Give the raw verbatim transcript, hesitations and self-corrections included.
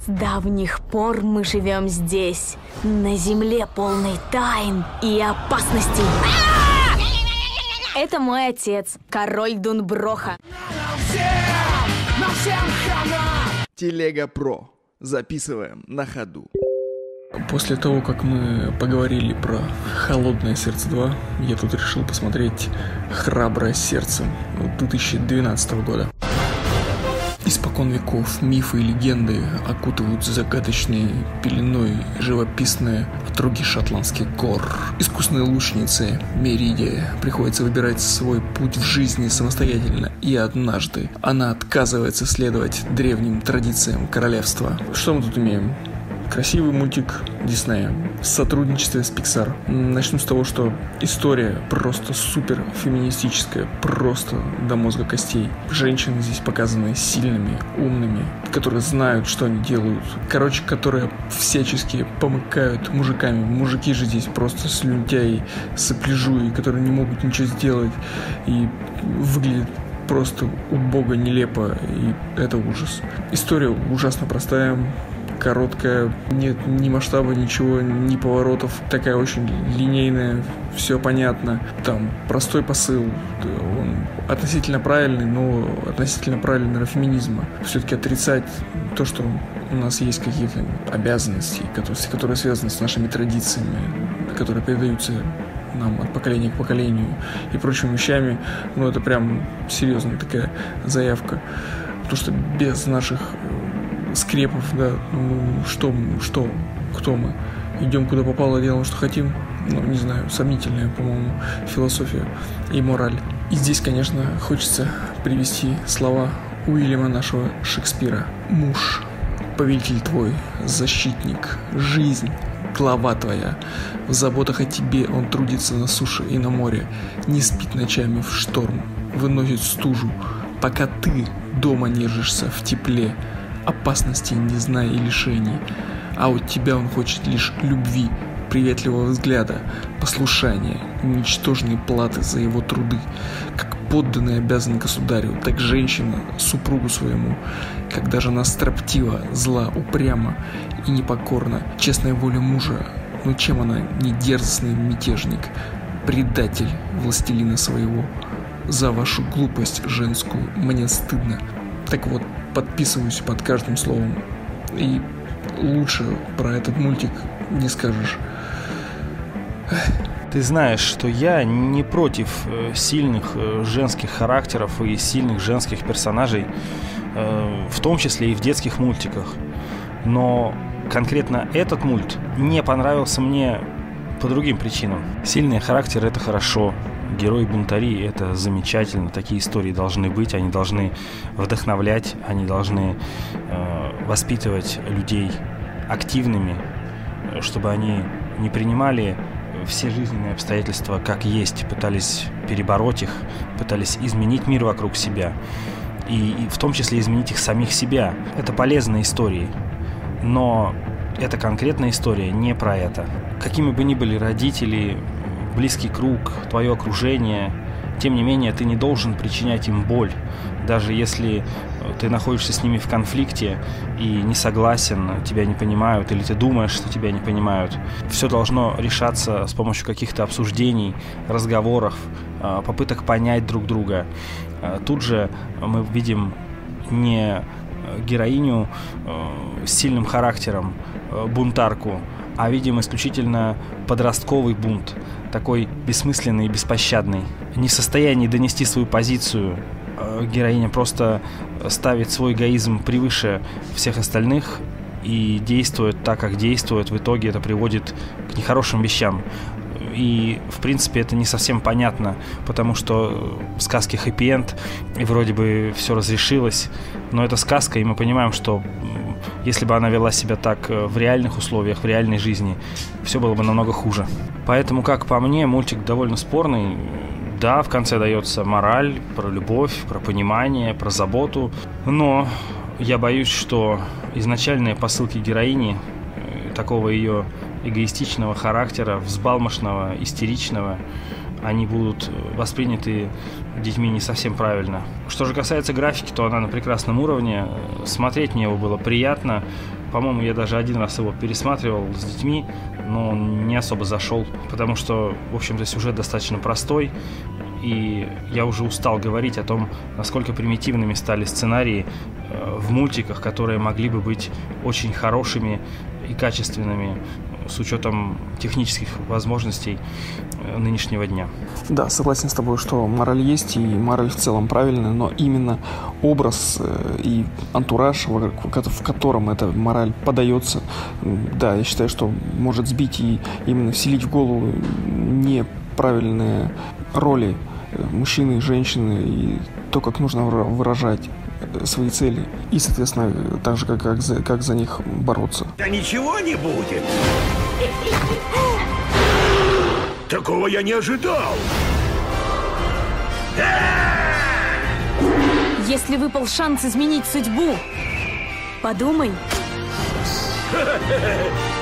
С давних пор мы живем здесь, на земле полной тайн и опасностей. Это мой отец, король Дунброха. Телега Про. Записываем на ходу. После того, как мы поговорили про «Холодное сердце два», я тут решил посмотреть «Храброе сердце» две тысячи двенадцатого года. Испокон веков мифы и легенды окутывают загадочной пеленой живописные отроги шотландских гор. Искусной лучнице Мериде приходится выбирать свой путь в жизни самостоятельно, и однажды она отказывается следовать древним традициям королевства. Что мы тут имеем? Красивый мультик Диснея в сотрудничестве с Pixar. Начну с того, что история просто супер феминистическая, просто до мозга костей. Женщины здесь показаны сильными, умными, которые знают, что они делают. Короче, которые всячески помыкают мужиками. Мужики же здесь просто слюнтяи, сопляжуи, которые не могут ничего сделать и выглядят просто убого, нелепо, и это ужас. История ужасно простая, короткая, нет ни масштаба, ничего, ни поворотов, такая очень линейная, все понятно. Там простой посыл, он относительно правильный, но относительно правильного феминизма. Все-таки отрицать то, что у нас есть какие-то обязанности, которые, которые связаны с нашими традициями, которые передаются нам от поколения к поколению и прочими вещами, ну это прям серьезная такая заявка. Потому что без наших скрепов, да, ну, что, что, кто мы? Идем куда попало, делаем, что хотим? Ну, не знаю, сомнительная, по-моему, философия и мораль. И здесь, конечно, хочется привести слова Уильяма нашего Шекспира. Муж, повелитель твой, защитник, жизнь, глава твоя. В заботах о тебе он трудится на суше и на море, не спит ночами в шторм, выносит стужу, пока ты дома нежишься в тепле, опасностей не зная и лишений, а от тебя он хочет лишь любви, приветливого взгляда, послушания, ничтожной платы за его труды. Как подданный обязан государю, так женщина супругу своему. Когда жена строптива, зла, упряма и непокорна честной воле мужа, но чем она не дерзостный мятежник, предатель властелина своего? За вашу глупость женскую мне стыдно. Так вот, подписываюсь под каждым словом. И лучше про этот мультик не скажешь. Ты знаешь, что я не против сильных женских характеров и сильных женских персонажей, в том числе и в детских мультиках. Но конкретно этот мульт не понравился мне по другим причинам. Сильные характеры — это хорошо. Герои-бунтари — это замечательно. Такие истории должны быть, они должны вдохновлять, они должны э, воспитывать людей активными, чтобы они не принимали все жизненные обстоятельства как есть, пытались перебороть их, пытались изменить мир вокруг себя, и, и в том числе изменить их самих себя. Это полезные истории, но эта конкретная история не про это. Какими бы ни были родители, близкий круг, твое окружение, тем не менее ты не должен причинять им боль, даже если ты находишься с ними в конфликте и не согласен, тебя не понимают, или ты думаешь, что тебя не понимают. Все должно решаться с помощью каких-то обсуждений, разговоров, попыток понять друг друга. Тут же мы видим не героиню с сильным характером, бунтарку, а видим исключительно подростковый бунт, такой бессмысленный и беспощадный. Не в состоянии донести свою позицию, героиня просто ставит свой эгоизм превыше всех остальных и действует так, как действует. В итоге это приводит к нехорошим вещам. И, в принципе, это не совсем понятно, потому что в сказке хэппи-энд, и вроде бы все разрешилось, но это сказка, и мы понимаем, что если бы она вела себя так в реальных условиях, в реальной жизни, все было бы намного хуже. Поэтому, как по мне, мультик довольно спорный. Да, в конце дается мораль про любовь, про понимание, про заботу, но я боюсь, что изначальные посылки героини, такого ее эгоистичного характера, взбалмошного, истеричного, они будут восприняты детьми не совсем правильно. Что же касается графики, то она на прекрасном уровне. Смотреть мне его было приятно. По-моему, я даже один раз его пересматривал с детьми, но он не особо зашел, потому что, в общем-то, сюжет достаточно простой. И я уже устал говорить о том, насколько примитивными стали сценарии в мультиках, которые могли бы быть очень хорошими и качественными с учетом технических возможностей нынешнего дня. Да, согласен с тобой, что мораль есть, и мораль в целом правильная, но именно образ и антураж, в котором эта мораль подается, да, я считаю, что может сбить и именно вселить в голову неправильные роли мужчины и женщины, и то, как нужно выражать свои цели, и, соответственно, так же, как, как, за, как за них бороться. Да ничего не будет! Такого я не ожидал! Если выпал шанс изменить судьбу, подумай.